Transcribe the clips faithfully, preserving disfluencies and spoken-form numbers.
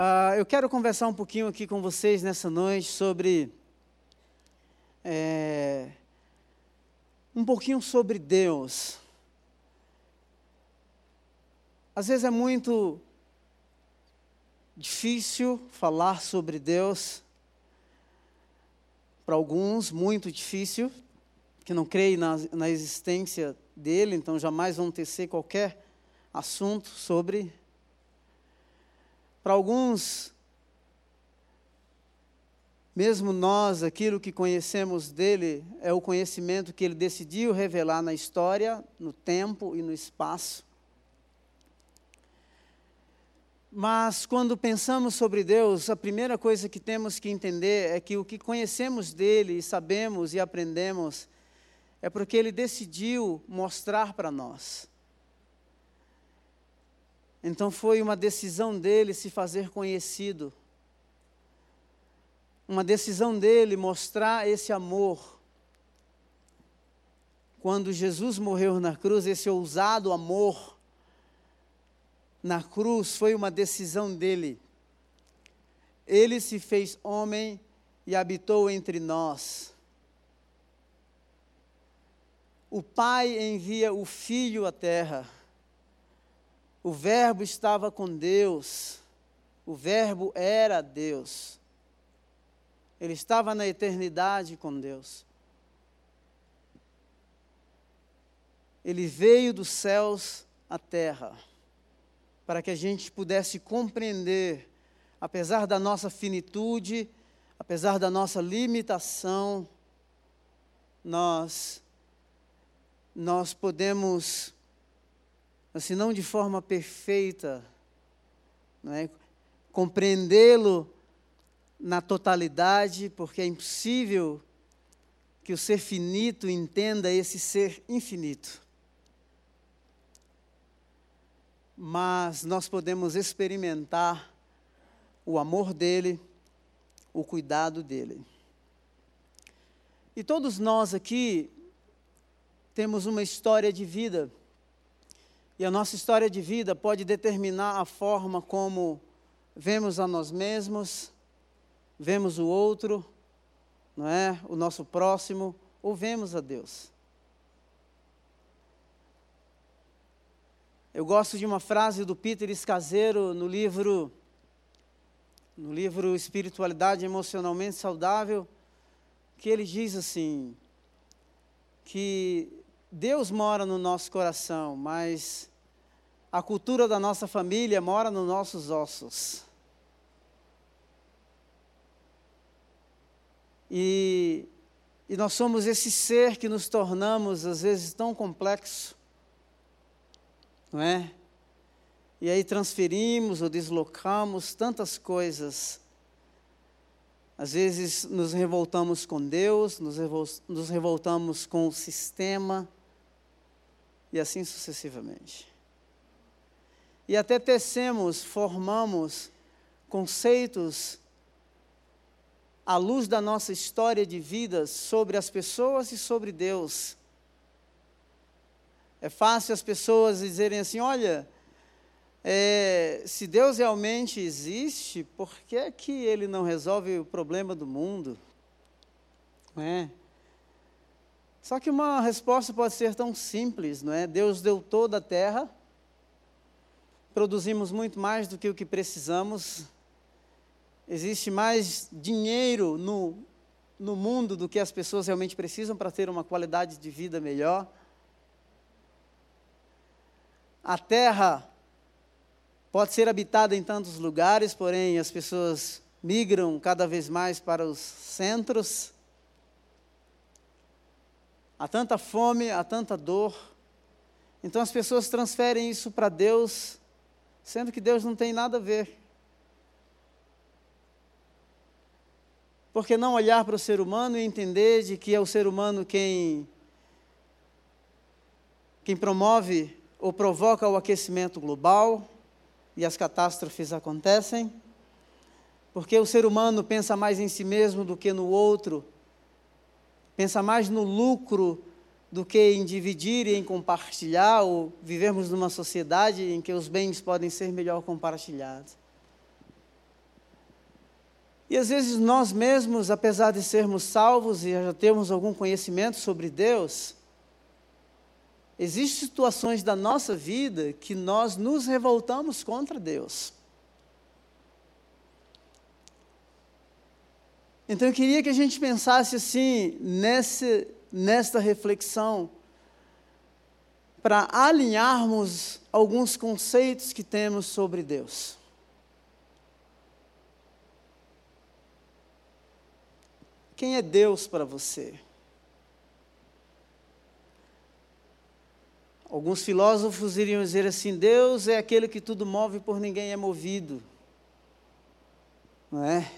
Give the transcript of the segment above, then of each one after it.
Uh, eu quero conversar um pouquinho aqui com vocês nessa noite sobre é, um pouquinho sobre Deus. Às vezes é muito difícil falar sobre Deus, para alguns muito difícil, que não creem na, na existência dele, então jamais vão tecer qualquer assunto sobre. Para alguns, mesmo nós, aquilo que conhecemos dele é o conhecimento que ele decidiu revelar na história, no tempo e no espaço. Mas quando pensamos sobre Deus, a primeira coisa que temos que entender é que o que conhecemos dele, e sabemos e aprendemos, é porque ele decidiu mostrar para nós. Então foi uma decisão dele se fazer conhecido. Uma decisão dele mostrar esse amor. Quando Jesus morreu na cruz, esse ousado amor na cruz foi uma decisão dele. Ele se fez homem e habitou entre nós. O Pai envia o Filho à terra. O Verbo estava com Deus, o Verbo era Deus, ele estava na eternidade com Deus. Ele veio dos céus à terra, para que a gente pudesse compreender, apesar da nossa finitude, apesar da nossa limitação, nós, nós podemos, assim, não de forma perfeita, não é? Compreendê-lo na totalidade, porque é impossível que o ser finito entenda esse ser infinito. Mas nós podemos experimentar o amor dele, o cuidado dele. E todos nós aqui temos uma história de vida. E a nossa história de vida pode determinar a forma como vemos a nós mesmos, vemos o outro, não é? O nosso próximo, ou vemos a Deus. Eu gosto de uma frase do Peter Scazzero no livro, no livro Espiritualidade Emocionalmente Saudável, que ele diz assim, que Deus mora no nosso coração, mas a cultura da nossa família mora nos nossos ossos. E, e nós somos esse ser que nos tornamos, às vezes, tão complexo, não é? E aí transferimos ou deslocamos tantas coisas. Às vezes nos revoltamos com Deus, nos, revol, nos revoltamos com o sistema, e assim sucessivamente. E até tecemos, formamos conceitos à luz da nossa história de vida sobre as pessoas e sobre Deus. É fácil as pessoas dizerem assim, olha, é, se Deus realmente existe, por que é que Ele não resolve o problema do mundo? Não é? Só que uma resposta pode ser tão simples, não é? Deus deu toda a terra, produzimos muito mais do que o que precisamos, existe mais dinheiro no, no mundo do que as pessoas realmente precisam para ter uma qualidade de vida melhor. A terra pode ser habitada em tantos lugares, porém as pessoas migram cada vez mais para os centros. Há tanta fome, há tanta dor. Então as pessoas transferem isso para Deus, sendo que Deus não tem nada a ver. Por que não olhar para o ser humano e entender de que é o ser humano quem, quem promove ou provoca o aquecimento global e as catástrofes acontecem? Porque o ser humano pensa mais em si mesmo do que no outro, pensa mais no lucro do que em dividir e em compartilhar, ou vivermos numa sociedade em que os bens podem ser melhor compartilhados. E às vezes nós mesmos, apesar de sermos salvos e já termos algum conhecimento sobre Deus, existem situações da nossa vida que nós nos revoltamos contra Deus. Então eu queria que a gente pensasse assim, nessa, nesta reflexão, para alinharmos alguns conceitos que temos sobre Deus. Quem é Deus para você? Alguns filósofos iriam dizer assim, Deus é aquele que tudo move, por ninguém é movido. Não é?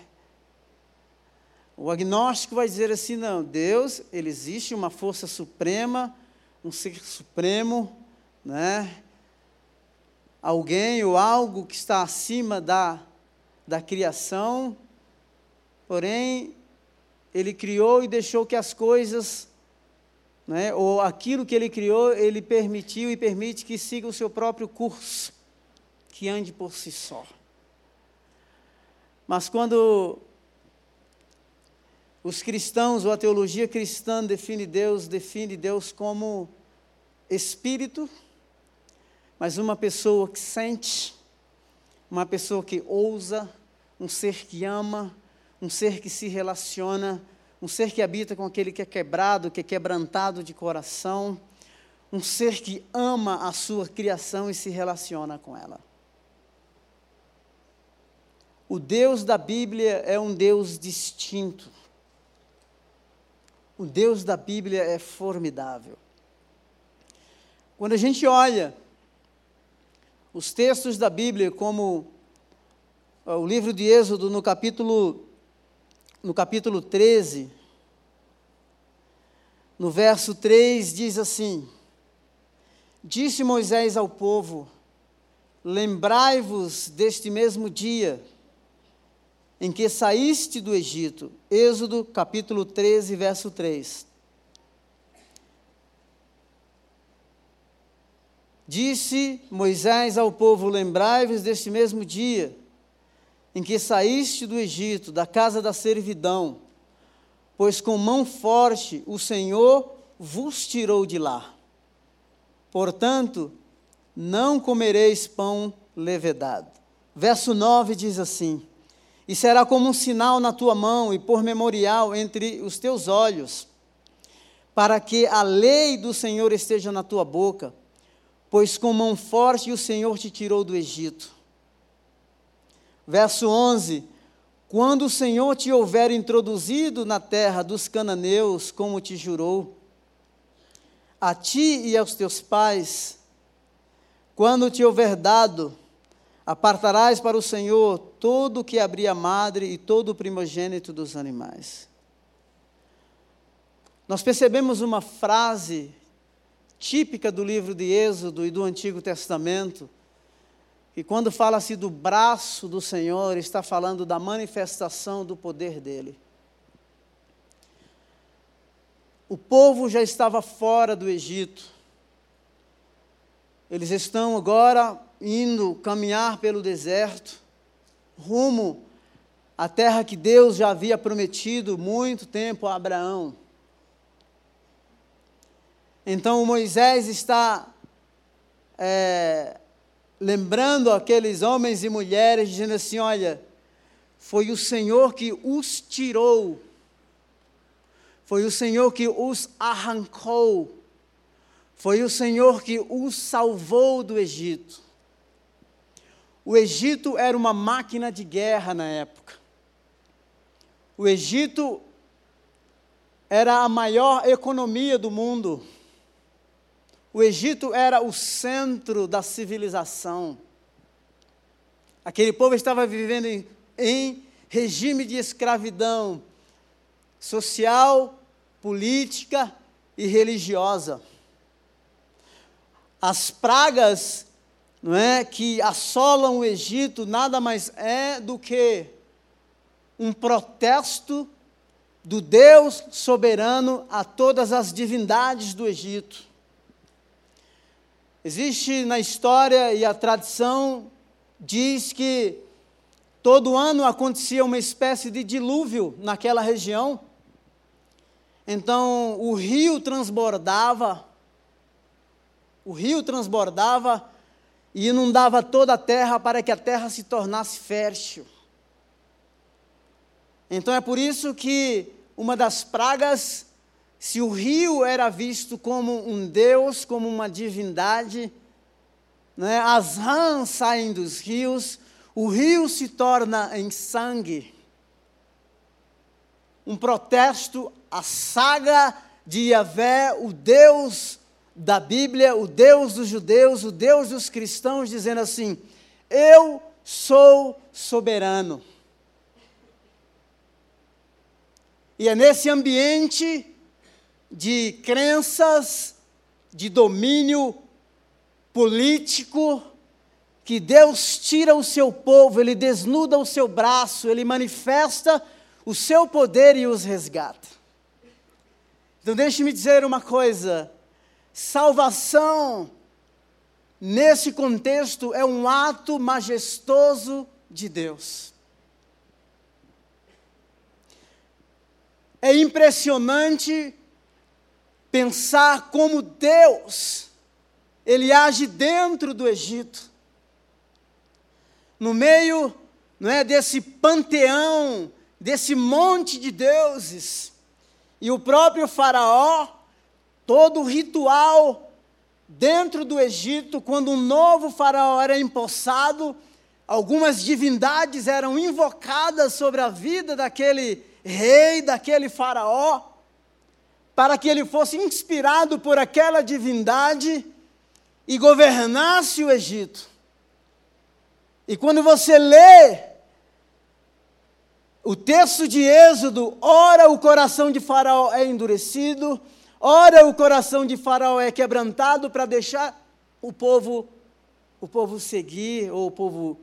O agnóstico vai dizer assim, não, Deus, ele existe uma força suprema, um ser supremo, né? Alguém ou algo que está acima da, da criação, porém, ele criou e deixou que as coisas, né, ou aquilo que ele criou, ele permitiu e permite que siga o seu próprio curso, que ande por si só. Mas quando os cristãos, ou a teologia cristã define Deus, define Deus como espírito, mas uma pessoa que sente, uma pessoa que ousa, um ser que ama, um ser que se relaciona, um ser que habita com aquele que é quebrado, que é quebrantado de coração, um ser que ama a sua criação e se relaciona com ela. O Deus da Bíblia é um Deus distinto. O Deus da Bíblia é formidável. Quando a gente olha os textos da Bíblia, como o livro de Êxodo, no capítulo, no capítulo treze, no verso três, diz assim, disse Moisés ao povo, lembrai-vos deste mesmo dia, em que saíste do Egito. Êxodo, capítulo treze, verso três. Disse Moisés ao povo, lembrai-vos deste mesmo dia, em que saíste do Egito, da casa da servidão, pois com mão forte o Senhor vos tirou de lá. Portanto, não comereis pão levedado. Verso nove diz assim, e será como um sinal na tua mão e por memorial entre os teus olhos, para que a lei do Senhor esteja na tua boca, pois com mão forte o Senhor te tirou do Egito. Verso onze, quando o Senhor te houver introduzido na terra dos cananeus, como te jurou, a ti e aos teus pais, quando te houver dado, apartarás para o Senhor todo o que abrir a madre e todo o primogênito dos animais. Nós percebemos uma frase típica do livro de Êxodo e do Antigo Testamento, que quando fala-se do braço do Senhor, está falando da manifestação do poder dele. O povo já estava fora do Egito. Eles estão agora indo caminhar pelo deserto, rumo à terra que Deus já havia prometido muito tempo a Abraão. Então Moisés está é, lembrando aqueles homens e mulheres, dizendo assim, olha, foi o Senhor que os tirou, foi o Senhor que os arrancou, foi o Senhor que os salvou do Egito. O Egito era uma máquina de guerra na época. O Egito era a maior economia do mundo. O Egito era o centro da civilização. Aquele povo estava vivendo em, em regime de escravidão social, política e religiosa. As pragas, não é, que assolam o Egito nada mais é do que um protesto do Deus soberano a todas as divindades do Egito. Existe na história e a tradição diz que Todo ano acontecia uma espécie de dilúvio naquela região. Então o rio transbordava, o rio transbordava e inundava toda a terra para que a terra se tornasse fértil. Então é por isso que uma das pragas, se o rio era visto como um Deus, como uma divindade, né, as rãs saem dos rios, o rio se torna em sangue. Um protesto à saga de Yahvé, o Deus da Bíblia, o Deus dos judeus, o Deus dos cristãos, dizendo assim: eu sou soberano. E é nesse ambiente de crenças, de domínio político, que Deus tira o seu povo, Ele desnuda o seu braço, Ele manifesta o seu poder e os resgata. Então deixe-me dizer uma coisa, salvação, nesse contexto, é um ato majestoso de Deus. É impressionante pensar como Deus, Ele age dentro do Egito, no meio, não é, desse panteão, desse monte de deuses, e o próprio faraó, todo o ritual dentro do Egito, quando um novo faraó era empossado, algumas divindades eram invocadas sobre a vida daquele rei, daquele faraó, para que ele fosse inspirado por aquela divindade e governasse o Egito. E quando você lê o texto de Êxodo, ora o coração de Faraó é endurecido, ora o coração de Faraó é quebrantado para deixar o povo, o povo seguir, ou o povo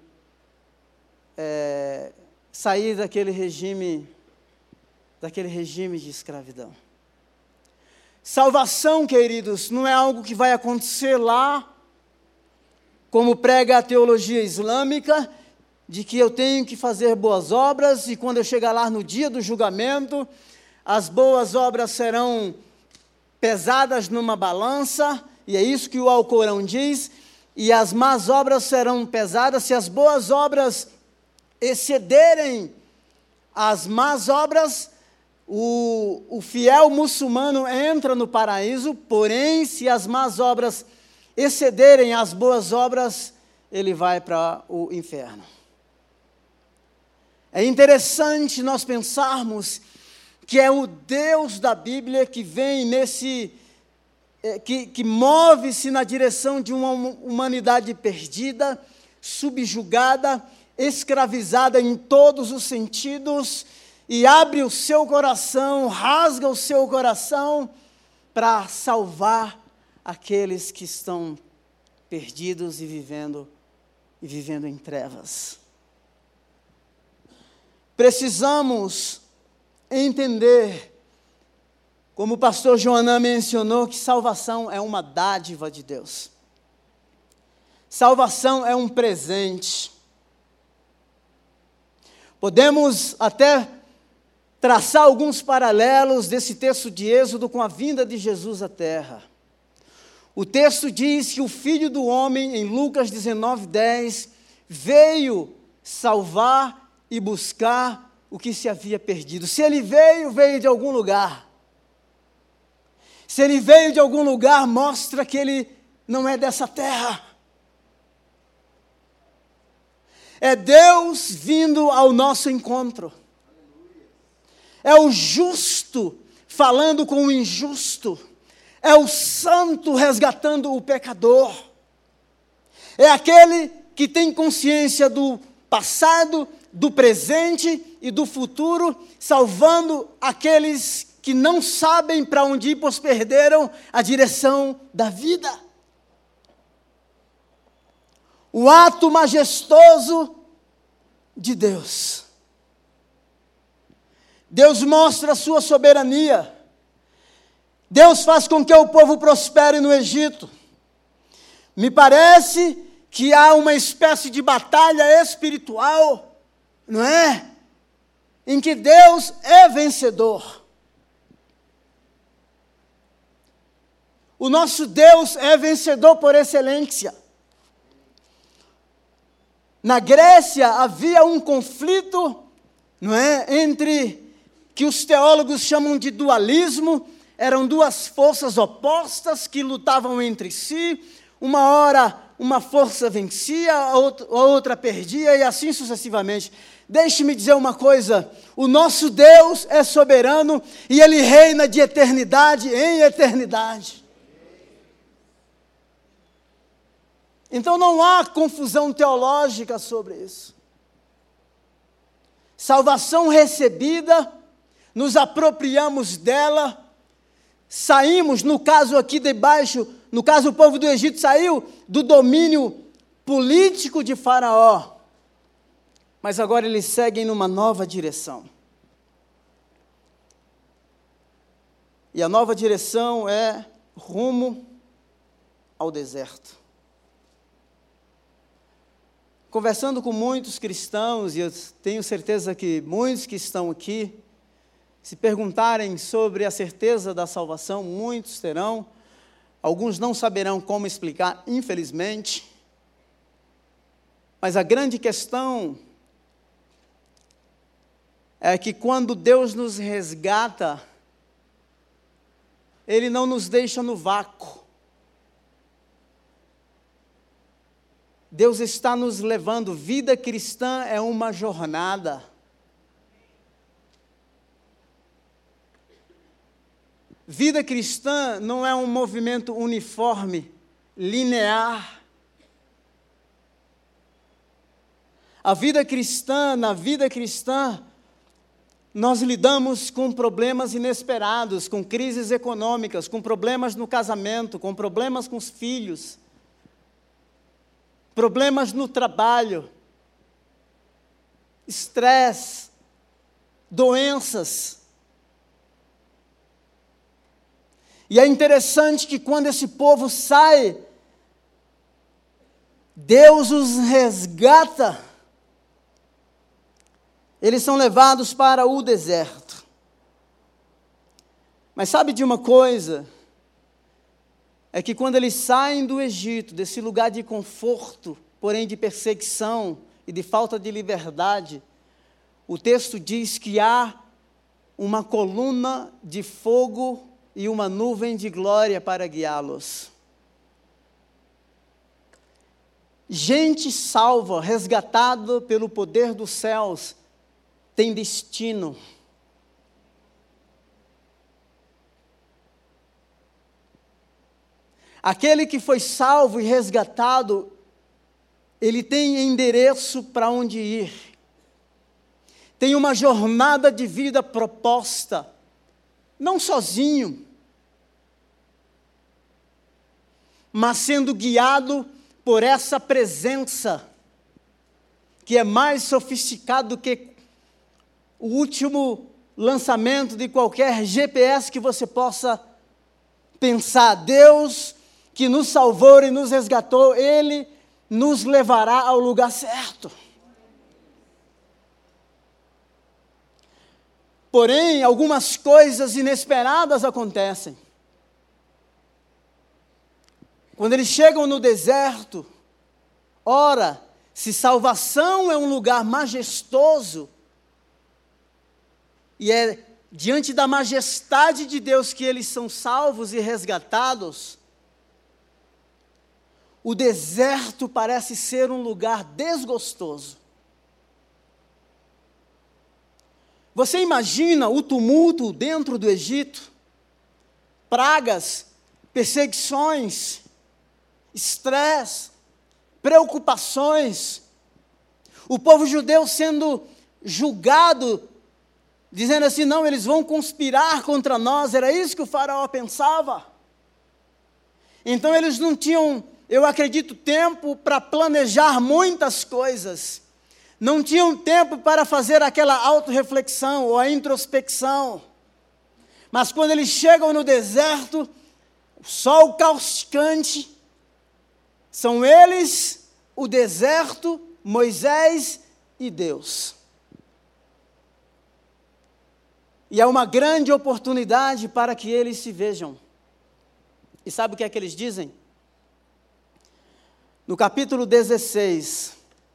é, sair daquele regime, daquele regime de escravidão. Salvação, queridos, não é algo que vai acontecer lá, como prega a teologia islâmica, de que eu tenho que fazer boas obras, e quando eu chegar lá no dia do julgamento, as boas obras serão pesadas numa balança, e é isso que o Alcorão diz, e as más obras serão pesadas. Se as boas obras excederem as más obras, o, o fiel muçulmano entra no paraíso, porém, se as más obras excederem as boas obras, ele vai para o inferno. É interessante nós pensarmos que é o Deus da Bíblia que vem nesse, que, que move-se na direção de uma humanidade perdida, subjugada, escravizada em todos os sentidos, e abre o seu coração, rasga o seu coração para salvar aqueles que estão perdidos e vivendo, e vivendo em trevas. Precisamos entender, como o pastor Joanã mencionou, que salvação é uma dádiva de Deus. Salvação é um presente. Podemos até traçar alguns paralelos desse texto de Êxodo com a vinda de Jesus à terra. O texto diz que o Filho do Homem, em Lucas dezenove, dez, veio salvar e buscar o que se havia perdido. Se ele veio, veio de algum lugar. Se ele veio de algum lugar, mostra que ele não é dessa terra. É Deus vindo ao nosso encontro. É o justo falando com o injusto. É o santo resgatando o pecador. É aquele que tem consciência do passado, do presente e do futuro, salvando aqueles que não sabem para onde ir, pois perderam a direção da vida. O ato majestoso de Deus. Deus mostra a sua soberania. Deus faz com que o povo prospere no Egito. Me parece que há uma espécie de batalha espiritual não é? Em que Deus é vencedor. O nosso Deus é vencedor por excelência. Na Grécia havia um conflito, não é, entre que os teólogos chamam de dualismo. Eram duas forças opostas que lutavam entre si. Uma hora uma força vencia, a outra, a outra perdia e assim sucessivamente. Deixe-me dizer uma coisa: o nosso Deus é soberano e Ele reina de eternidade em eternidade. Então não há confusão teológica sobre isso. Salvação recebida, nos apropriamos dela, saímos, no caso aqui debaixo, no caso o povo do Egito saiu do domínio político de Faraó, mas agora eles seguem numa nova direção. E a nova direção é rumo ao deserto. Conversando com muitos cristãos, e eu tenho certeza que muitos que estão aqui, se perguntarem sobre a certeza da salvação, muitos terão, alguns não saberão como explicar, infelizmente, mas a grande questão é que quando Deus nos resgata, Ele não nos deixa no vácuo. Deus está nos levando. Vida cristã é uma jornada. Vida cristã não é um movimento uniforme, linear. A vida cristã, na vida cristã, nós lidamos com problemas inesperados, com crises econômicas, com problemas no casamento, com problemas com os filhos, problemas no trabalho, estresse, doenças. E é interessante que quando esse povo sai, Deus os resgata. Eles são levados para o deserto. Mas sabe de uma coisa? É que quando eles saem do Egito, desse lugar de conforto, porém de perseguição e de falta de liberdade, o texto diz que há uma coluna de fogo e uma nuvem de glória para guiá-los. Gente salva, resgatada pelo poder dos céus, tem destino. Aquele que foi salvo e resgatado, ele tem endereço para onde ir. Tem uma jornada de vida proposta, não sozinho, mas sendo guiado por essa presença, que é mais sofisticado do que o último lançamento de qualquer G P S que você possa pensar. Deus que nos salvou e nos resgatou, Ele nos levará ao lugar certo. Porém, algumas coisas inesperadas acontecem. Quando eles chegam no deserto, ora, se salvação é um lugar majestoso, e é diante da majestade de Deus que eles são salvos e resgatados, o deserto parece ser um lugar desgostoso. Você imagina o tumulto dentro do Egito? Pragas, perseguições, estresse, preocupações. O povo judeu sendo julgado, dizendo assim, não, eles vão conspirar contra nós. Era isso que o faraó pensava. Então eles não tinham, eu acredito, tempo para planejar muitas coisas. Não tinham tempo para fazer aquela autorreflexão ou a introspecção. Mas quando eles chegam no deserto, o sol causticante, são eles, o deserto, Moisés e Deus. E é uma grande oportunidade para que eles se vejam. E sabe o que é que eles dizem? No capítulo dezesseis,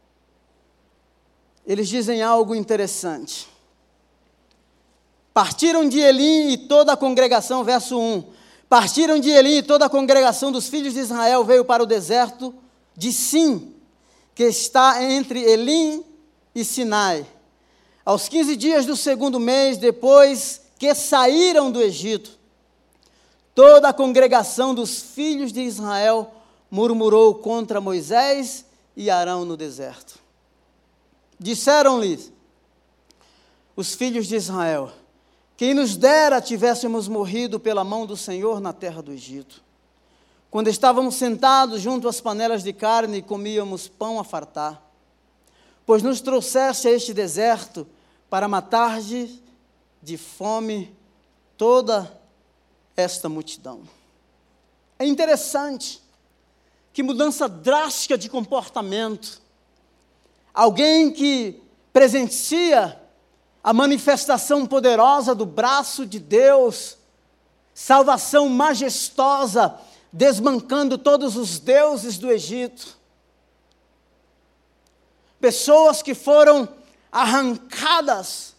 eles dizem algo interessante. Partiram de Elim e toda a congregação, verso um. Partiram de Elim e toda a congregação dos filhos de Israel veio para o deserto de Sim, que está entre Elim e Sinai. Aos quinze dias do segundo mês, depois que saíram do Egito, toda a congregação dos filhos de Israel murmurou contra Moisés e Arão no deserto. Disseram-lhes os filhos de Israel: quem nos dera tivéssemos morrido pela mão do Senhor na terra do Egito, quando estávamos sentados junto às panelas de carne e comíamos pão a fartar, pois nos trouxeste a este deserto para matar de, de fome toda esta multidão. É interessante que mudança drástica de comportamento. Alguém que presencia a manifestação poderosa do braço de Deus, salvação majestosa, desbancando todos os deuses do Egito. Pessoas que foram arrancadas,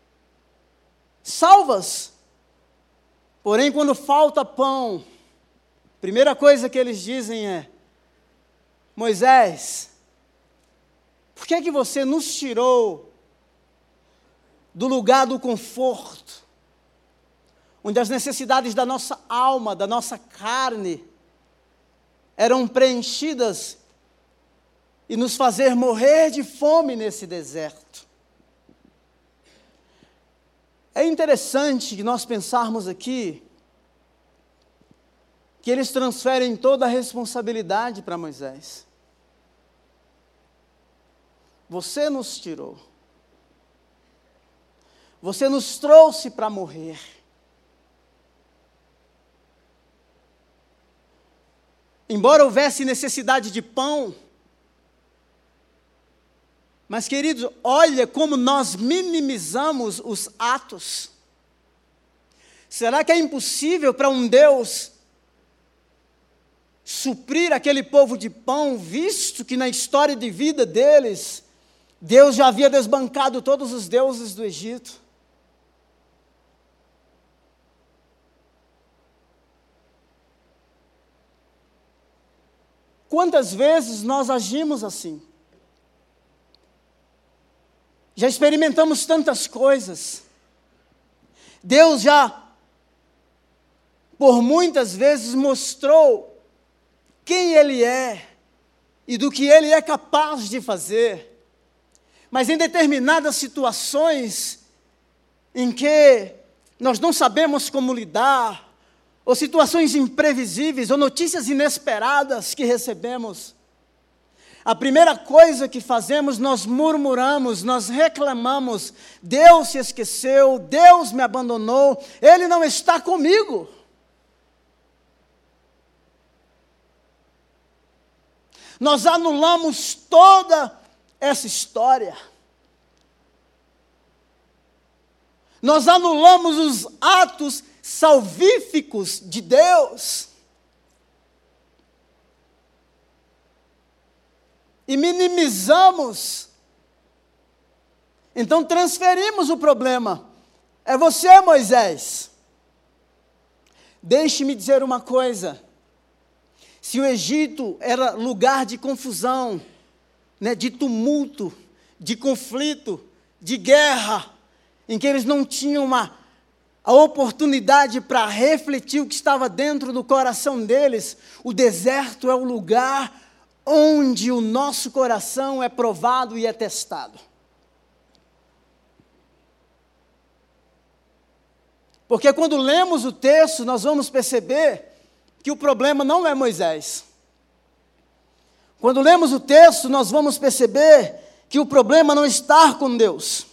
salvas, porém quando falta pão, a primeira coisa que eles dizem é: Moisés, por que é que você nos tirou do lugar do conforto, onde as necessidades da nossa alma, da nossa carne, eram preenchidas, e nos fazer morrer de fome nesse deserto? É interessante que nós pensarmos aqui que eles transferem toda a responsabilidade para Moisés. Você nos tirou. Você nos trouxe para morrer. Embora houvesse necessidade de pão, mas, queridos, olha como nós minimizamos os atos. Será que é impossível para um Deus suprir aquele povo de pão, visto que na história de vida deles, Deus já havia desbancado todos os deuses do Egito? Quantas vezes nós agimos assim? Já experimentamos tantas coisas. Deus já, por muitas vezes, mostrou quem Ele é e do que Ele é capaz de fazer. Mas em determinadas situações em que nós não sabemos como lidar, ou situações imprevisíveis, ou notícias inesperadas que recebemos, a primeira coisa que fazemos, nós murmuramos, nós reclamamos: Deus se esqueceu, Deus me abandonou, Ele não está comigo. Nós anulamos toda essa história. Nós anulamos os atos salvíficos de Deus. E minimizamos. Então transferimos o problema. É você, Moisés. Deixe-me dizer uma coisa. Se o Egito era lugar de confusão, né, de tumulto, de conflito, de guerra, em que eles não tinham uma, a oportunidade para refletir o que estava dentro do coração deles, o deserto é o lugar onde o nosso coração é provado e é testado. Porque quando lemos o texto, nós vamos perceber que o problema não é Moisés. Quando lemos o texto, nós vamos perceber que o problema não está com Deus.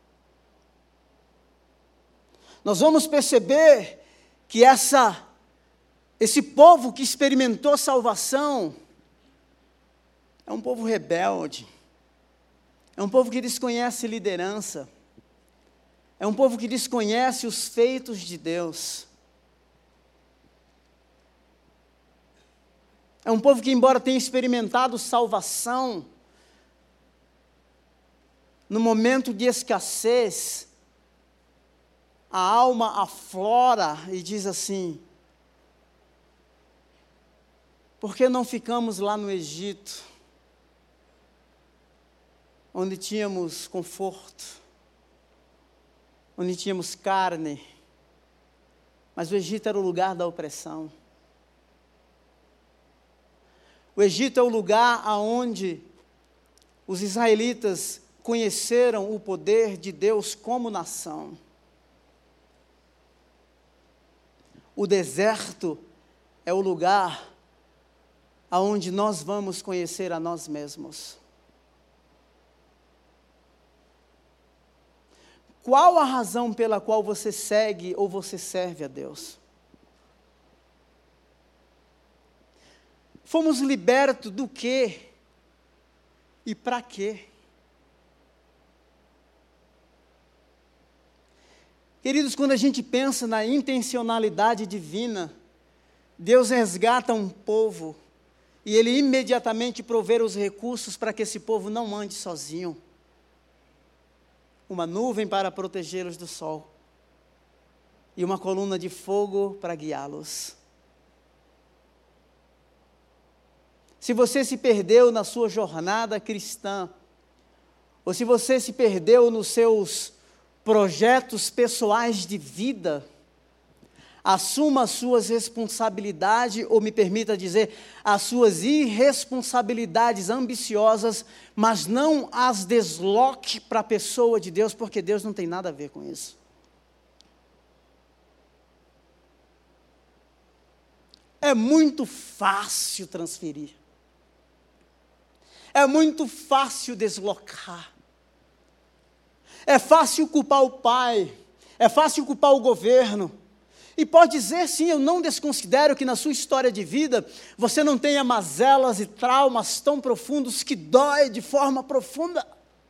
Nós vamos perceber que essa, esse povo que experimentou salvação é um povo rebelde, é um povo que desconhece liderança, É um povo que desconhece os feitos de Deus. É um povo que, embora tenha experimentado salvação, no momento de escassez, a alma aflora e diz assim: por que não ficamos lá no Egito, onde tínhamos conforto, onde tínhamos carne, mas o Egito era o lugar da opressão. O Egito é o lugar aonde os israelitas conheceram o poder de Deus como nação. O deserto é o lugar aonde nós vamos conhecer a nós mesmos. Qual a razão pela qual você segue ou você serve a Deus? Fomos libertos do quê? E para quê? Queridos, quando a gente pensa na intencionalidade divina, Deus resgata um povo e Ele imediatamente provê os recursos para que esse povo não ande sozinho. Uma nuvem para protegê-los do sol e uma coluna de fogo para guiá-los. Se você se perdeu na sua jornada cristã, ou se você se perdeu nos seus projetos pessoais de vida, assuma as suas responsabilidades, ou me permita dizer, as suas irresponsabilidades ambiciosas, mas não as desloque para a pessoa de Deus, porque Deus não tem nada a ver com isso. É muito fácil transferir. É muito fácil deslocar. É fácil culpar o pai. É fácil culpar o governo. E pode dizer, sim, eu não desconsidero que na sua história de vida, você não tenha mazelas e traumas tão profundos que dói de forma profunda.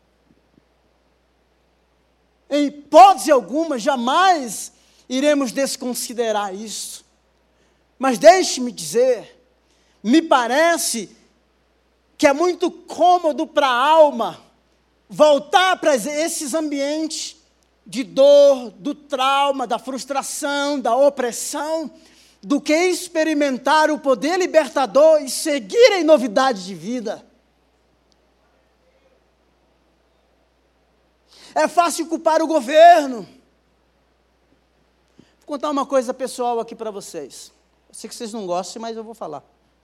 Em hipótese alguma, jamais iremos desconsiderar isso. Mas deixe-me dizer, me parece que é muito cômodo para a alma voltar para esses ambientes de dor, do trauma, da frustração, da opressão, do que experimentar o poder libertador e seguir em novidade de vida. É fácil culpar o governo. Vou contar uma coisa pessoal aqui para vocês. Eu sei que vocês não gostam, mas eu vou falar.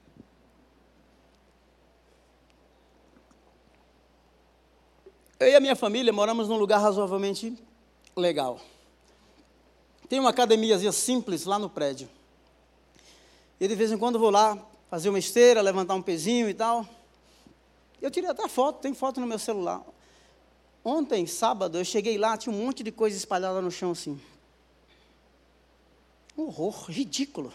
Eu e a minha família moramos num lugar razoavelmente legal. Tem uma academiazinha simples lá no prédio. E de vez em quando eu vou lá fazer uma esteira, levantar um pezinho e tal. Eu tirei até foto, tem foto no meu celular. Ontem, sábado, eu cheguei lá, tinha um monte de coisa espalhada no chão assim. Um horror, ridículo.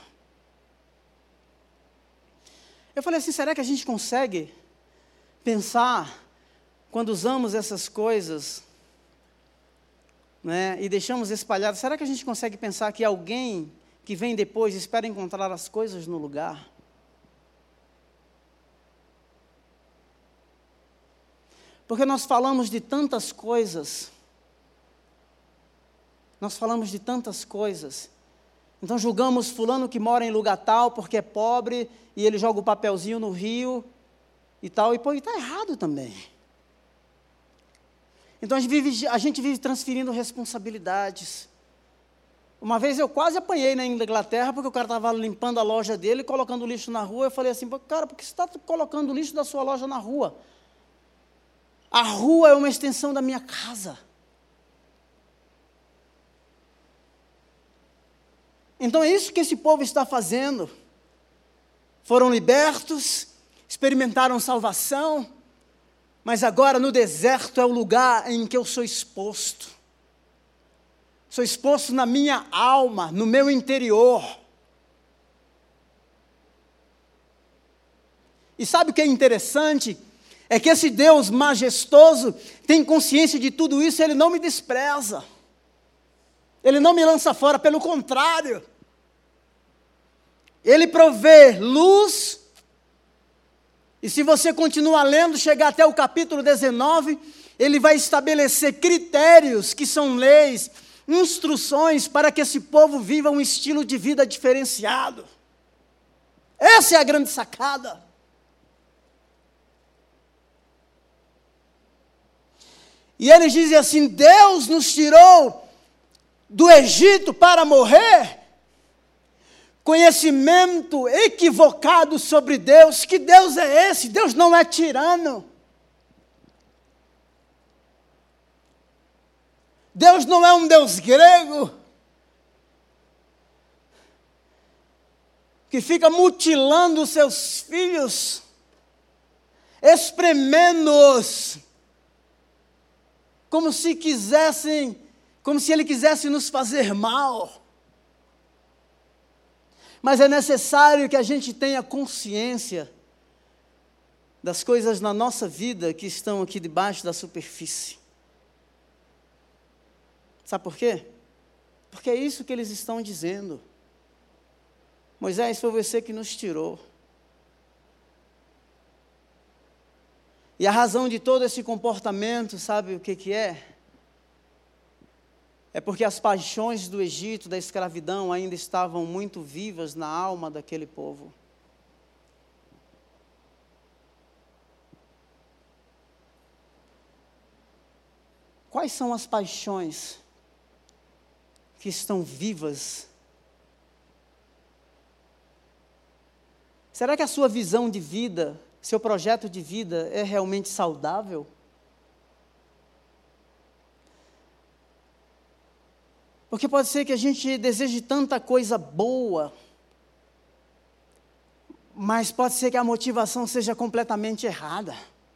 Eu falei assim, será que a gente consegue pensar, quando usamos essas coisas, né, e deixamos espalhadas, será que a gente consegue pensar que alguém que vem depois espera encontrar as coisas no lugar? Porque nós falamos de tantas coisas, nós falamos de tantas coisas, então julgamos fulano que mora em lugar tal, porque é pobre, e ele joga o papelzinho no rio, e tal, e pô, está errado também. Então a gente, vive, a gente vive transferindo responsabilidades. Uma vez eu quase apanhei na Inglaterra, porque o cara estava limpando a loja dele, colocando lixo na rua, eu falei assim, cara, por que você está colocando o lixo da sua loja na rua? A rua é uma extensão da minha casa. Então é isso que esse povo está fazendo. Foram libertos, experimentaram salvação, mas agora no deserto é o lugar em que eu sou exposto. Sou exposto na minha alma, no meu interior. E sabe o que é interessante? É que esse Deus majestoso tem consciência de tudo isso e Ele não me despreza. Ele não me lança fora, pelo contrário. Ele provê luz. E se você continuar lendo, chegar até o capítulo dezenove, ele vai estabelecer critérios que são leis, instruções para que esse povo viva um estilo de vida diferenciado. Essa é a grande sacada. E eles dizem assim: Deus nos tirou do Egito para morrer. Conhecimento equivocado sobre Deus. Que Deus é esse? Deus não é tirano. Deus não é um Deus grego que fica mutilando os seus filhos, espremendo-os, como se quisessem, como se Ele quisesse nos fazer mal. Mas é necessário que a gente tenha consciência das coisas na nossa vida que estão aqui debaixo da superfície. Sabe por quê? Porque é isso que eles estão dizendo. Moisés, foi você que nos tirou. E a razão de todo esse comportamento, sabe o que que é? É porque as paixões do Egito, da escravidão, ainda estavam muito vivas na alma daquele povo. Quais são as paixões que estão vivas? Será que a sua visão de vida, seu projeto de vida é realmente saudável? Porque pode ser que a gente deseje tanta coisa boa, mas pode ser que a motivação seja completamente errada.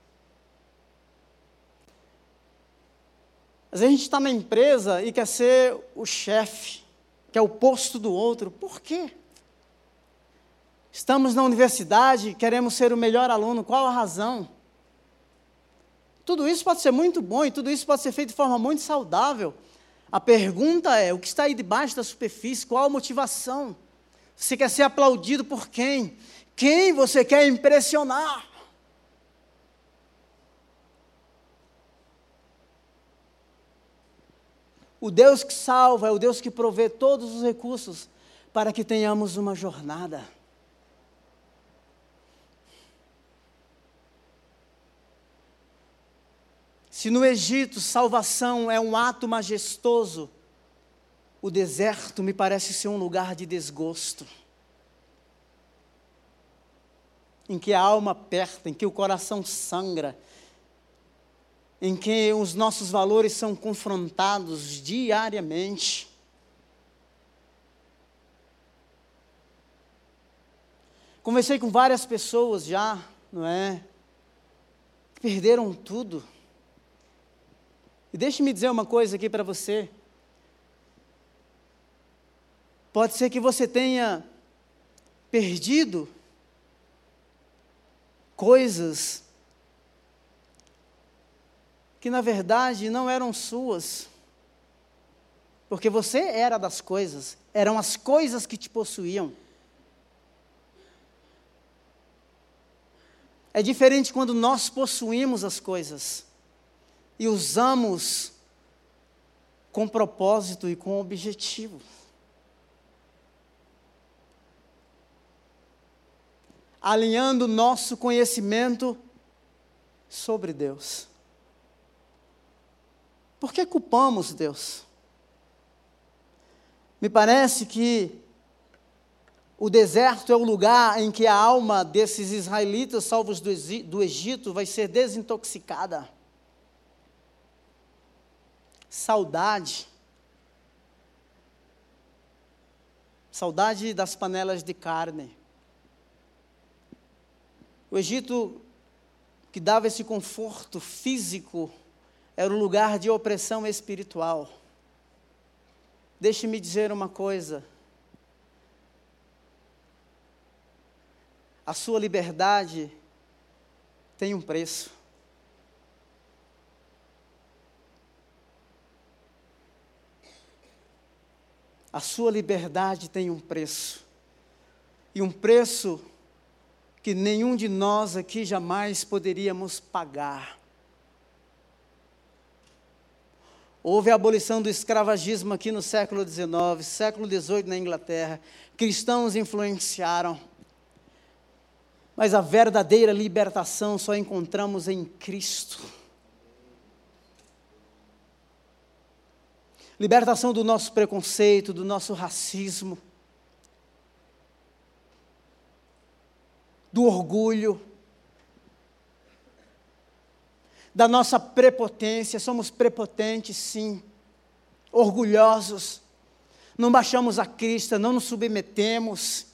Às vezes a gente está na empresa e quer ser o chefe, quer o posto do outro. Por quê? Estamos na universidade, queremos ser o melhor aluno. Qual a razão? Tudo isso pode ser muito bom e tudo isso pode ser feito de forma muito saudável. A pergunta é, o que está aí debaixo da superfície? Qual a motivação? Você quer ser aplaudido por quem? Quem você quer impressionar? O Deus que salva é o Deus que provê todos os recursos para que tenhamos uma jornada. Se no Egito salvação é um ato majestoso, o deserto me parece ser um lugar de desgosto, em que a alma aperta, em que o coração sangra, em que os nossos valores são confrontados diariamente. Conversei com várias pessoas já, não é? Que perderam tudo. E deixe-me dizer uma coisa aqui para você. Pode ser que você tenha perdido coisas que na verdade não eram suas. Porque você era das coisas, eram as coisas que te possuíam. É diferente quando nós possuímos as coisas e usamos com propósito e com objetivo. Alinhando o nosso conhecimento sobre Deus. Por que culpamos Deus? Me parece que o deserto é o lugar em que a alma desses israelitas salvos do Egito vai ser desintoxicada. Saudade. Saudade das panelas de carne. O Egito, que dava esse conforto físico, era o lugar de opressão espiritual. Deixe-me dizer uma coisa. A sua liberdade tem um preço. A sua liberdade tem um preço. E um preço que nenhum de nós aqui jamais poderíamos pagar. Houve a abolição do escravagismo aqui no século dezenove, século dezoito na Inglaterra. Cristãos influenciaram. Mas a verdadeira libertação só encontramos em Cristo. Libertação do nosso preconceito, do nosso racismo, do orgulho, da nossa prepotência. Somos prepotentes, sim, orgulhosos, não baixamos a crista, não nos submetemos.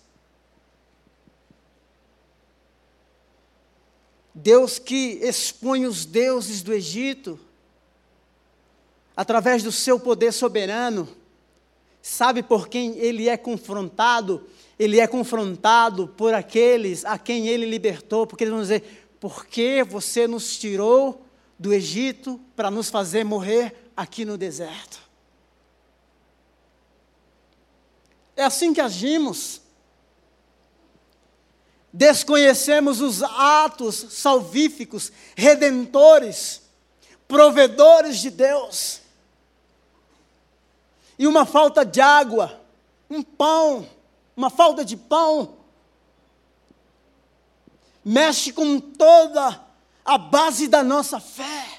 Deus que expõe os deuses do Egito, através do seu poder soberano, sabe por quem ele é confrontado? Ele é confrontado por aqueles a quem ele libertou, porque eles vão dizer: por que você nos tirou do Egito para nos fazer morrer aqui no deserto? É assim que agimos. Desconhecemos os atos salvíficos, redentores, provedores de Deus. E uma falta de água, um pão, uma falta de pão, mexe com toda a base da nossa fé.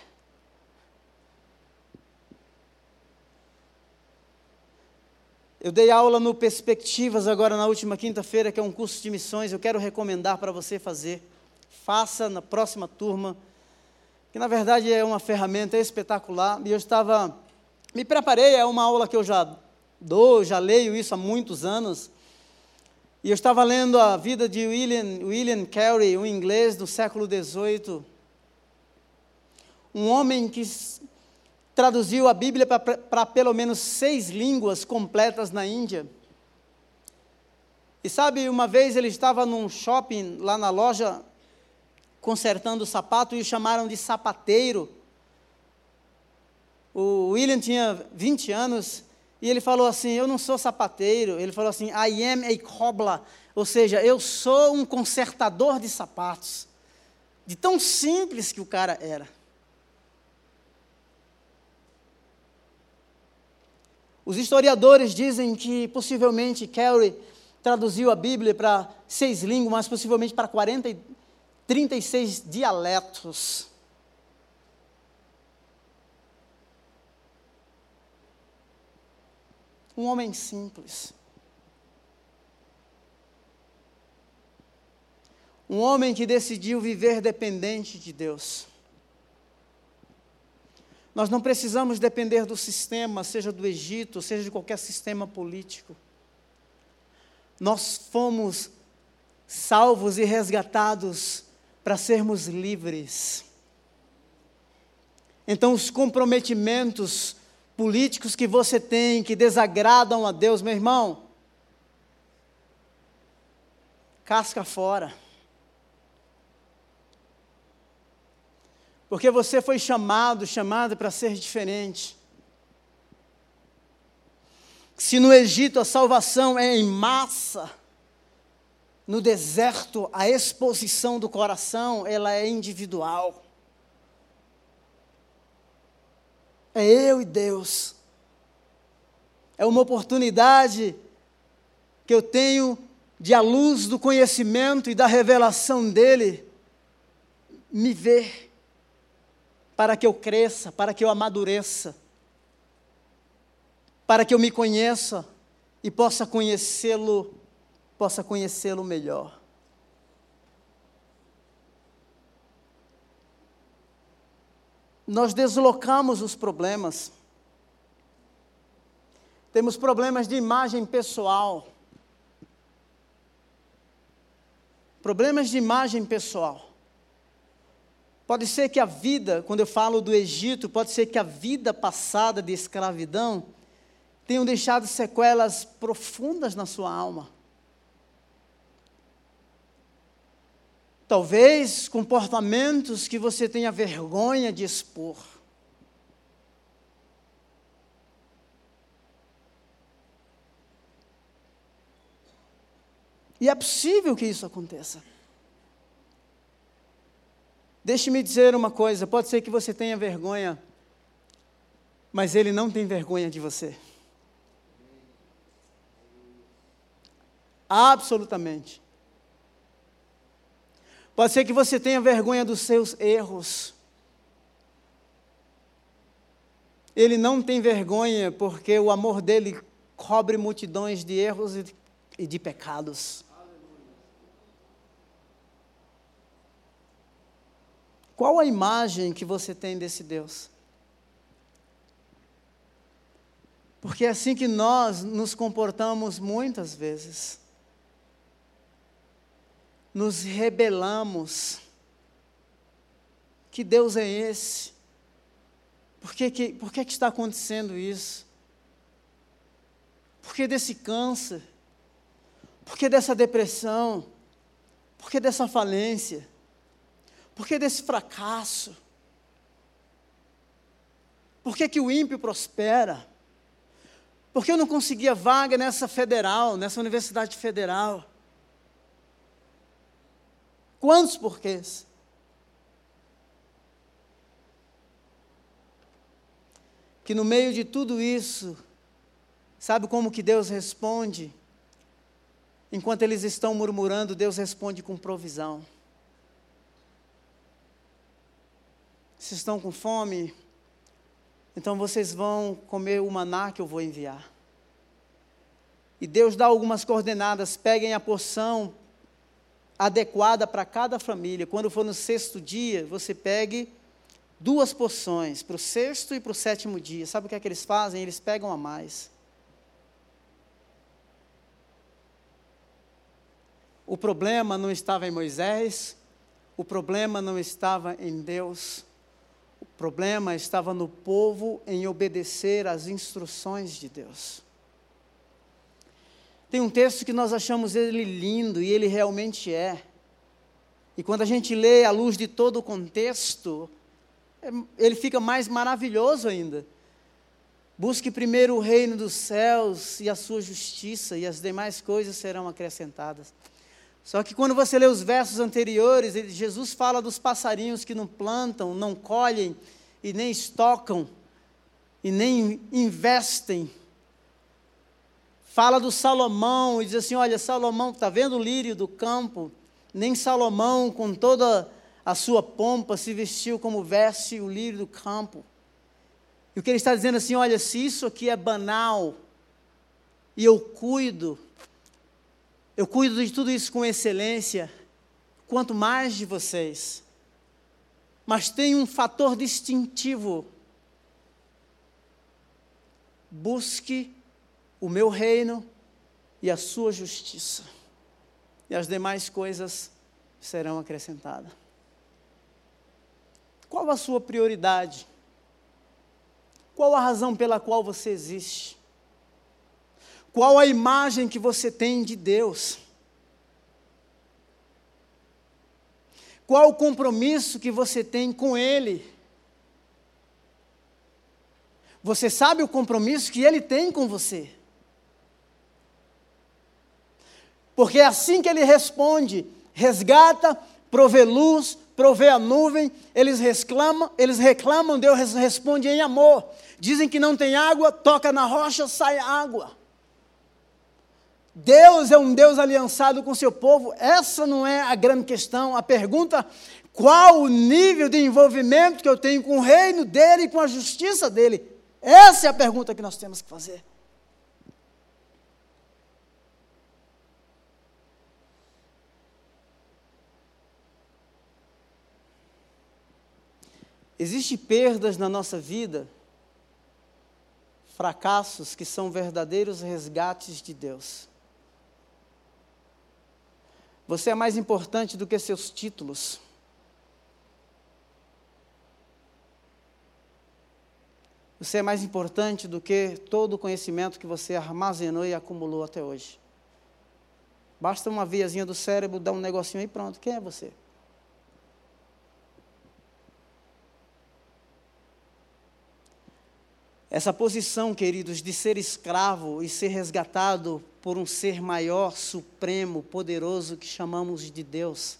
Eu dei aula no Perspectivas agora na última quinta-feira, que é um curso de missões. Eu quero recomendar para você fazer. Faça na próxima turma, que na verdade é uma ferramenta espetacular. E eu estava, me preparei, é uma aula que eu já dou, já leio isso há muitos anos. E eu estava lendo a vida de William, William Carey, um inglês do século dezoito. Um homem que traduziu a Bíblia para pelo menos seis línguas completas na Índia. E sabe, uma vez ele estava num shopping, lá na loja, consertando o sapato, e o chamaram de sapateiro. O William tinha vinte anos, e ele falou assim: eu não sou sapateiro. Ele falou assim: I am a cobbler, ou seja, eu sou um consertador de sapatos. De tão simples que o cara era. Os historiadores dizem que possivelmente Carey traduziu a Bíblia para seis línguas, mas possivelmente para quarenta, trinta e seis dialetos. Um homem simples. Um homem que decidiu viver dependente de Deus. Nós não precisamos depender do sistema, seja do Egito, seja de qualquer sistema político. Nós fomos salvos e resgatados para sermos livres. Então, os comprometimentos políticos que você tem, que desagradam a Deus, meu irmão, casca fora. Porque você foi chamado, chamado para ser diferente. Se no Egito a salvação é em massa, no deserto a exposição do coração, ela é individual. É eu e Deus. É uma oportunidade que eu tenho de, à luz do conhecimento e da revelação dEle, me ver, para que eu cresça, para que eu amadureça, para que eu me conheça e possa conhecê-lo, possa conhecê-lo melhor. Nós deslocamos os problemas. Temos problemas de imagem pessoal. Problemas de imagem pessoal. Pode ser que a vida, quando eu falo do Egito, pode ser que a vida passada de escravidão tenham deixado sequelas profundas na sua alma. Talvez comportamentos que você tenha vergonha de expor. E é possível que isso aconteça. Deixe-me dizer uma coisa, pode ser que você tenha vergonha, mas Ele não tem vergonha de você. Absolutamente. Pode ser que você tenha vergonha dos seus erros. Ele não tem vergonha porque o amor dele cobre multidões de erros e de, e de pecados. Qual a imagem que você tem desse Deus? Porque é assim que nós nos comportamos muitas vezes. Nos rebelamos. Que Deus é esse? Por que, que, por que, que está acontecendo isso? Por que desse câncer? Por que dessa depressão? Por que dessa falência? Por que desse fracasso? Por que, que o ímpio prospera? Por que eu não conseguia vaga nessa federal, nessa universidade federal? Quantos porquês? Que no meio de tudo isso, sabe como que Deus responde? Enquanto eles estão murmurando, Deus responde com provisão. Se estão com fome, então vocês vão comer o maná que eu vou enviar. E Deus dá algumas coordenadas, peguem a porção adequada para cada família. Quando for no sexto dia, você pegue duas porções, para o sexto e para o sétimo dia. Sabe o que é que eles fazem? Eles pegam a mais. O problema não estava em Moisés, o problema não estava em Deus, o problema estava no povo em obedecer às instruções de Deus. Tem um texto que nós achamos ele lindo, e ele realmente é. E quando a gente lê à luz de todo o contexto, ele fica mais maravilhoso ainda. Busque primeiro o reino dos céus e a sua justiça, e as demais coisas serão acrescentadas. Só que quando você lê os versos anteriores, ele, Jesus fala dos passarinhos que não plantam, não colhem, e nem estocam, e nem investem. Fala do Salomão, e diz assim, olha, Salomão, está vendo o lírio do campo? Nem Salomão, com toda a sua pompa, se vestiu como veste o lírio do campo. E o que ele está dizendo assim, olha, se isso aqui é banal, e eu cuido, eu cuido de tudo isso com excelência, quanto mais de vocês. Mas tem um fator distintivo. Busque o meu reino e a sua justiça, e as demais coisas serão acrescentadas. Qual a sua prioridade? Qual a razão pela qual você existe? Qual a imagem que você tem de Deus? Qual o compromisso que você tem com Ele? Você sabe o compromisso que Ele tem com você? Porque é assim que Ele responde, resgata, provê luz, provê a nuvem, eles reclamam, eles reclamam, Deus responde em amor. Dizem que não tem água, toca na rocha, sai água. Deus é um Deus aliançado com o seu povo, essa não é a grande questão. A pergunta, qual o nível de envolvimento que eu tenho com o reino dele e com a justiça dele? Essa é a pergunta que nós temos que fazer. Existem perdas na nossa vida, fracassos que são verdadeiros resgates de Deus. Você é mais importante do que seus títulos. Você é mais importante do que todo o conhecimento que você armazenou e acumulou até hoje. Basta uma viazinha do cérebro, dar um negocinho aí, pronto. Quem é você? Essa posição, queridos, de ser escravo e ser resgatado por um ser maior, supremo, poderoso, que chamamos de Deus.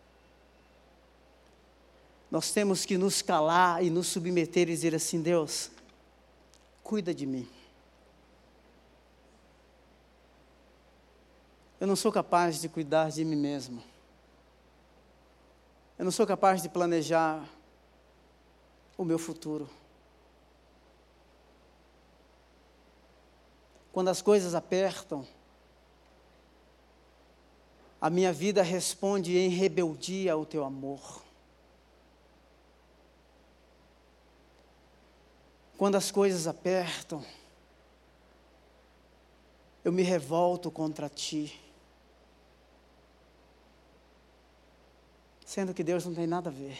Nós temos que nos calar e nos submeter e dizer assim: Deus, cuida de mim. Eu não sou capaz de cuidar de mim mesmo. Eu não sou capaz de planejar o meu futuro. Quando as coisas apertam, a minha vida responde em rebeldia ao teu amor. Quando as coisas apertam, eu me revolto contra ti. Sendo que Deus não tem nada a ver.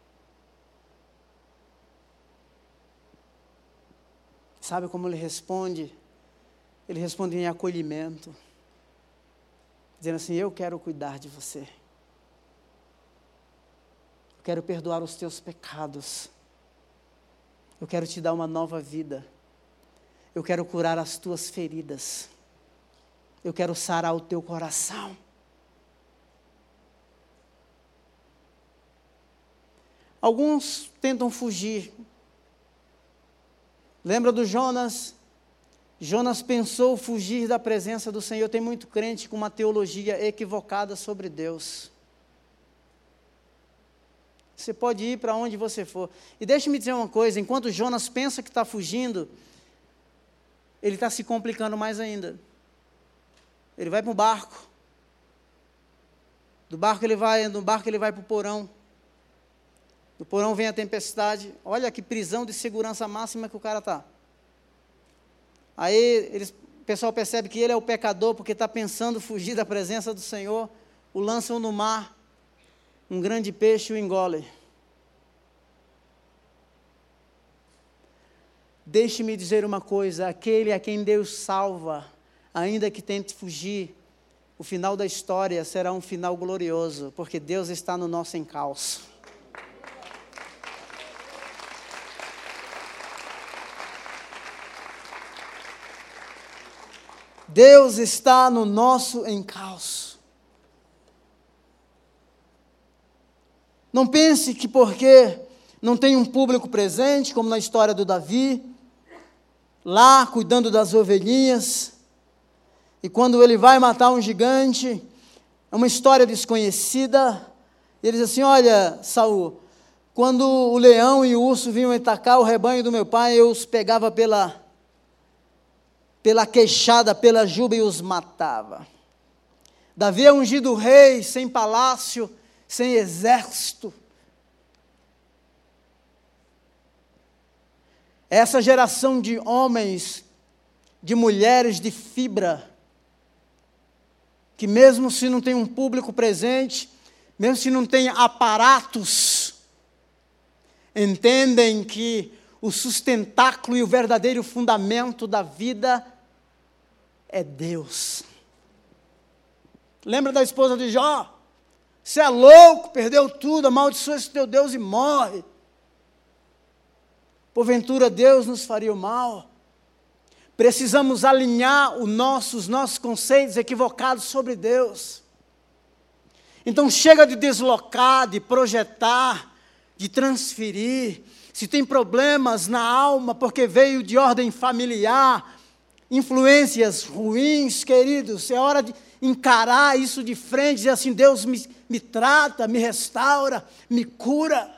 Sabe como ele responde? Ele responde em acolhimento, dizendo assim: eu quero cuidar de você. Eu quero perdoar os teus pecados. Eu quero te dar uma nova vida. Eu quero curar as tuas feridas. Eu quero sarar o teu coração. Alguns tentam fugir. Lembra do Jonas? Jonas pensou fugir da presença do Senhor. Tem muito crente com uma teologia equivocada sobre Deus. Você pode ir para onde você for. E deixe-me dizer uma coisa: enquanto Jonas pensa que está fugindo, ele está se complicando mais ainda. Ele vai para o barco. Do barco ele vai, do barco ele vai para o porão. Do porão vem a tempestade. Olha que prisão de segurança máxima que o cara está. Aí eles, o pessoal percebe que ele é o pecador porque está pensando fugir da presença do Senhor. O lançam no mar. Um grande peixe o engole. Deixe-me dizer uma coisa: aquele a quem Deus salva, ainda que tente fugir, o final da história será um final glorioso, porque Deus está no nosso encalço. Deus está no nosso encalço. Não pense que porque não tem um público presente, como na história do Davi, lá cuidando das ovelhinhas, e quando ele vai matar um gigante, é uma história desconhecida, e ele diz assim: olha, Saul, quando o leão e o urso vinham atacar o rebanho do meu pai, eu os pegava pela, pela queixada, pela juba e os matava. Davi é ungido rei, sem palácio, sem exército. Essa geração de homens, de mulheres de fibra, que mesmo se não tem um público presente, mesmo se não tem aparatos, entendem que o sustentáculo e o verdadeiro fundamento da vida é Deus. Lembra da esposa de Jó? Você é louco, perdeu tudo, amaldiçoa esse teu Deus e morre. Porventura Deus nos faria o mal. Precisamos alinhar os nossos, os nossos conceitos equivocados sobre Deus. Então chega de deslocar, de projetar, de transferir. Se tem problemas na alma porque veio de ordem familiar, influências ruins, queridos, é hora de encarar isso de frente, dizer assim: Deus me, me trata, me restaura, me cura.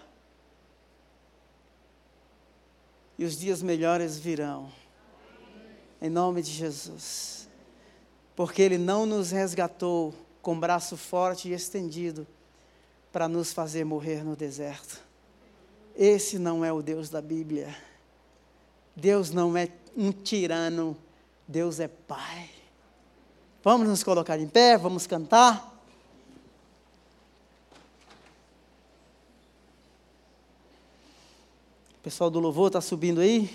E os dias melhores virão, em nome de Jesus, porque Ele não nos resgatou com braço forte e estendido para nos fazer morrer no deserto. Esse não é o Deus da Bíblia. Deus não é um tirano, Deus é Pai. Vamos nos colocar em pé, vamos cantar. O pessoal do louvor está subindo aí.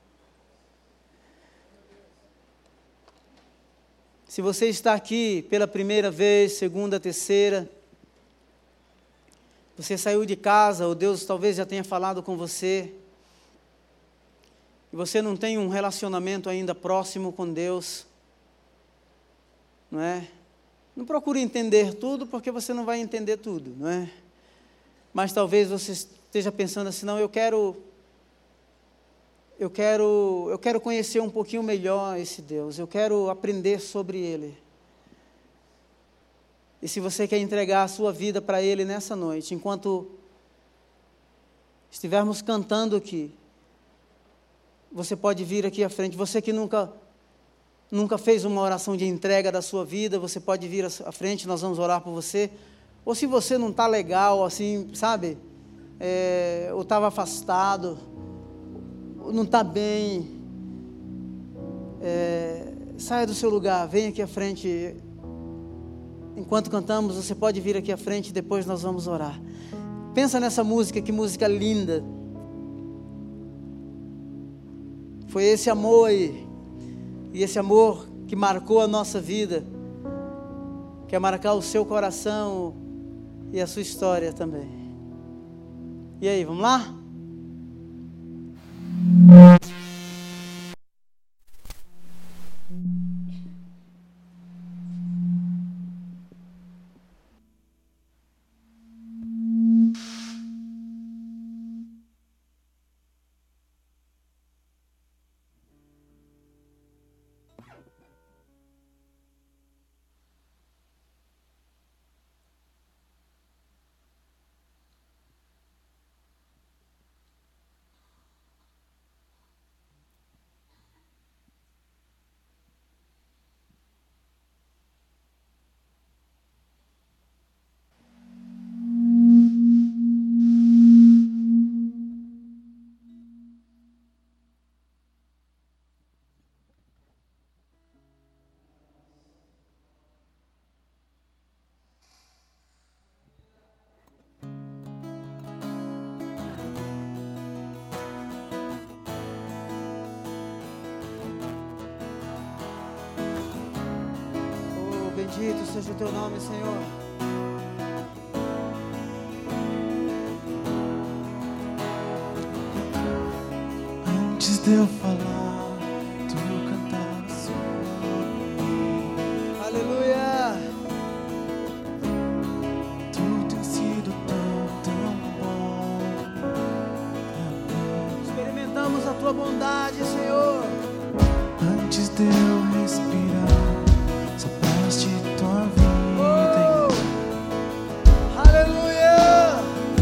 Se você está aqui pela primeira vez, segunda, terceira, você saiu de casa, ou Deus talvez já tenha falado com você, e você não tem um relacionamento ainda próximo com Deus, não é? Não procure entender tudo, porque você não vai entender tudo, não é? Mas talvez você esteja pensando assim, não, eu quero, eu quero, eu quero conhecer um pouquinho melhor esse Deus, eu quero aprender sobre Ele. E se você quer entregar a sua vida para Ele nessa noite, enquanto estivermos cantando aqui, você pode vir aqui à frente. Você que nunca, nunca fez uma oração de entrega da sua vida, você pode vir à frente, nós vamos orar por você. Ou se você não está legal, assim, sabe, é, ou estava afastado, ou não está bem, é, saia do seu lugar, venha aqui à frente. Enquanto cantamos, você pode vir aqui à frente, depois nós vamos orar. Pensa nessa música, que música linda. Foi esse amor aí, e esse amor que marcou a nossa vida, quer marcar o seu coração e a sua história também. E aí, vamos lá? Bendito seja o teu nome, Senhor. Antes de eu falar, tu cantava sobre mim. Aleluia. Tu tens sido tão, tão bom pra mim. Experimentamos a tua bondade, Senhor. Antes de eu respirar, sopraste tua vida. Oh, aleluia.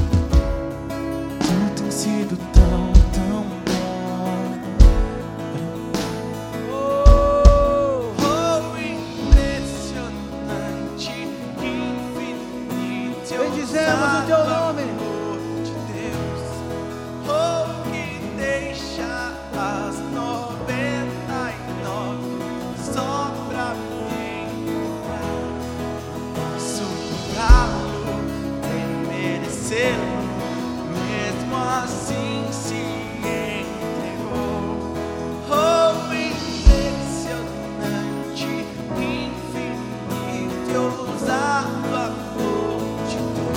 Tu tens sido tão, tão bom pra mim. Oh, Oh, impressionante, infinito. bendizemos o teu nome. Amor de Deus, oh, que deixa as noventa e nove só pra me encontrar. Posso comprá-lo, nem merecê-lo, mesmo assim se entregou. Oh, impressionante, infinito e ousado amor de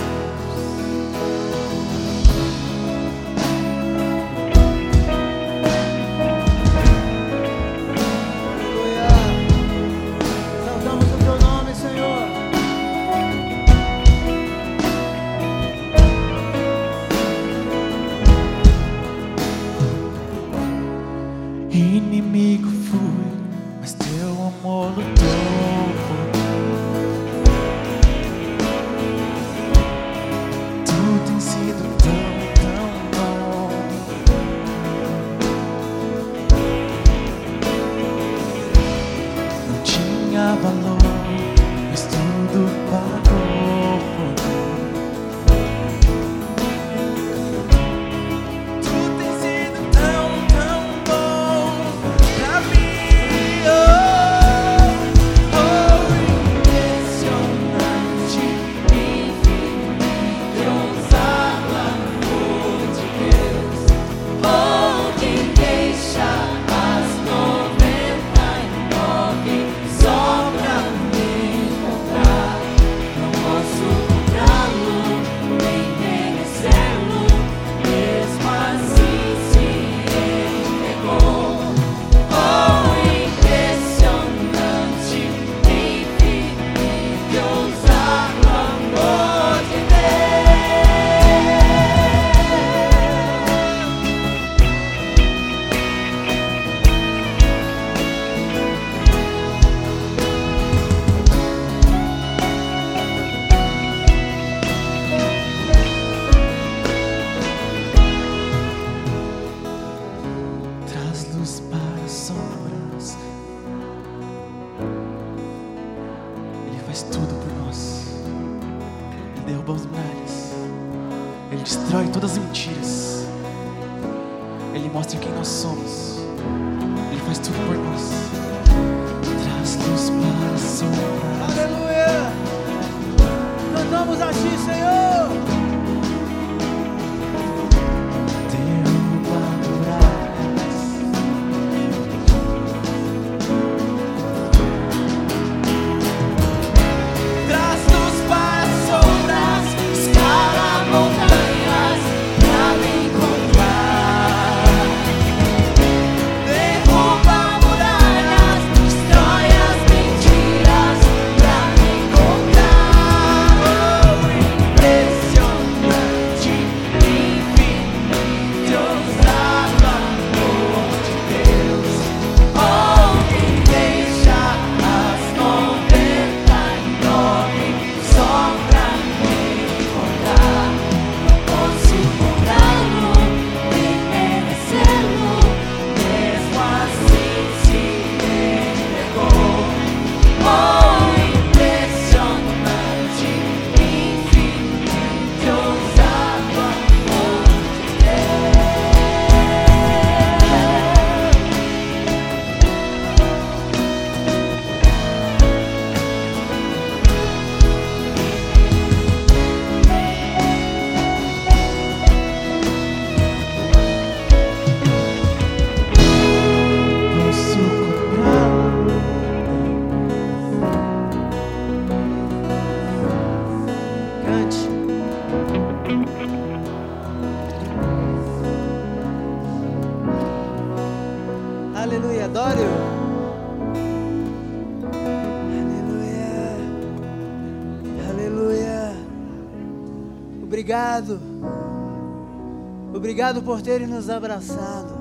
Aleluia. Exaltamos o teu nome, Senhor. Inimigo fui, mas teu amor lutou por mim. Tu tens sido tão, tão bom. Não tinha valor, mas tudo pagou por mim. Tu tens sido tão, tão bom pra mim. Oh, destrói todas as mentiras. Ele mostra quem nós somos. Ele faz tudo por nós. Traz luz para sombras. Aleluia! Cantamos a Ti, Senhor! Derruba muralhas. Traz luz para as sombras, escala montanhas pra me encontrar. Derruba muralhas, destrói as mentiras pra me encontrar. Oh, impressionante, infinito, ousado amor de Deus. Oh, que deixa as montanhas enorme só pra me encontrar. Posso encontrá-lo e merecê-lo, mesmo assim se entregou. Oh, impressionante, infinito, ousado amor de Posso comprar. Cante. Aleluia, adore-o. Aleluia. Aleluia. Obrigado. Obrigado por terem nos abraçado.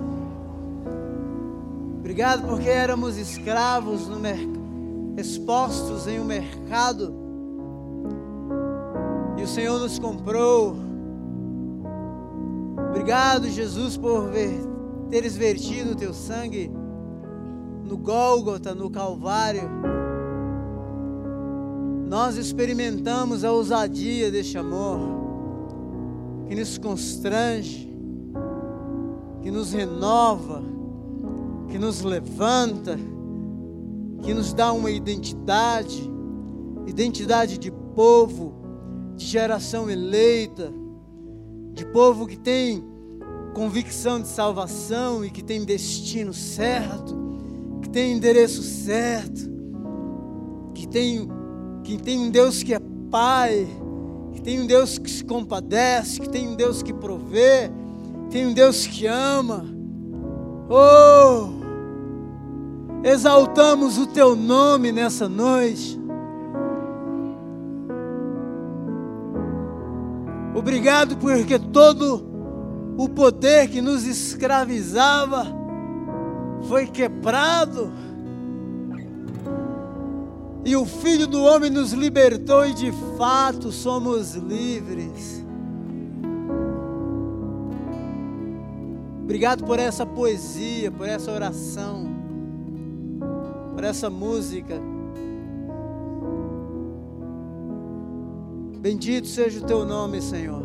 Obrigado porque éramos escravos no mercado, expostos em um mercado, e o Senhor nos comprou. Obrigado, Jesus, por ver, teres vertido o teu sangue no Gólgota, no Calvário. Nós experimentamos a ousadia deste amor, que nos constrange, que nos renova, que nos levanta, que nos dá uma identidade, identidade de povo, de geração eleita, de povo que tem convicção de salvação e que tem destino certo, que tem endereço certo, que tem, que tem um Deus que é Pai, que tem um Deus que se compadece, que tem um Deus que provê, tem um Deus que ama. Oh, exaltamos o Teu nome nessa noite. Obrigado porque todo o poder que nos escravizava foi quebrado, e o Filho do Homem nos libertou, e de fato somos livres. Obrigado por essa poesia, por essa oração, por essa música. Bendito seja o Teu nome, Senhor.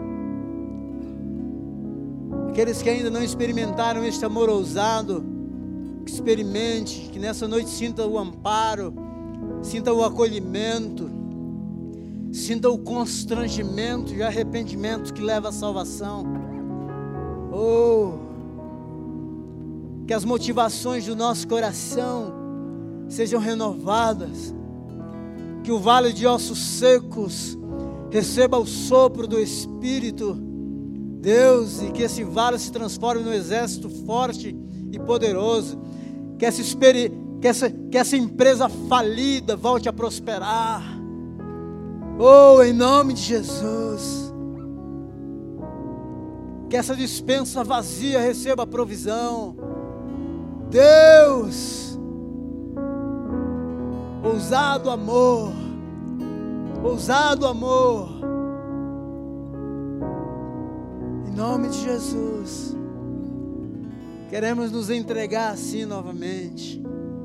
Aqueles que ainda não experimentaram este amor ousado, que experimente, que nessa noite sinta o amparo, sinta o acolhimento, sinta o constrangimento e arrependimento que leva à salvação. Oh, que as motivações do nosso coração sejam renovadas, que o vale de ossos secos receba o sopro do Espírito, Deus, e que esse vale se transforme num exército forte e poderoso, que essa, experi- que essa, que essa empresa falida volte a prosperar. Oh, em nome de Jesus, que essa despensa vazia receba a provisão. Deus, ousado amor, ousado amor, em nome de Jesus, queremos nos entregar assim novamente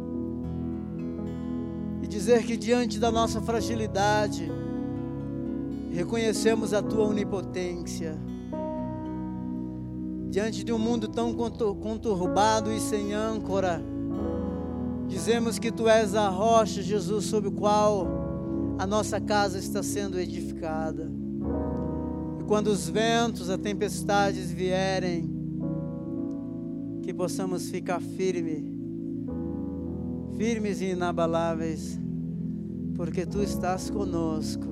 e dizer que diante da nossa fragilidade reconhecemos a Tua onipotência. diante de um mundo tão conturbado e sem âncora, dizemos que Tu és a rocha, Jesus, sobre o qual a nossa casa está sendo edificada. E quando os ventos, as tempestades vierem, que possamos ficar firmes, firmes e inabaláveis, porque Tu estás conosco.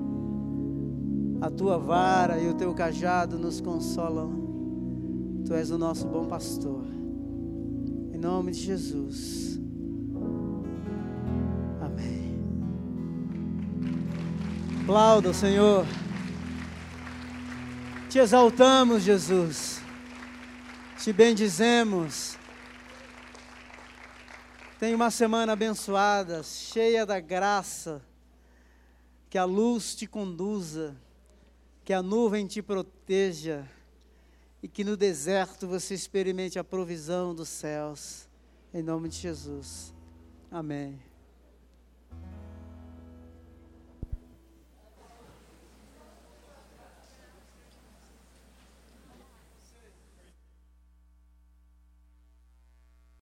A Tua vara e o Teu cajado nos consolam. Tu és o nosso bom pastor. Em nome de Jesus. Amém. Aplauda o Senhor. Te exaltamos, Jesus. Te bendizemos. Tenha uma semana abençoada, cheia da graça. Que a luz te conduza, que a nuvem te proteja e que no deserto você experimente a provisão dos céus. Em nome de Jesus. Amém.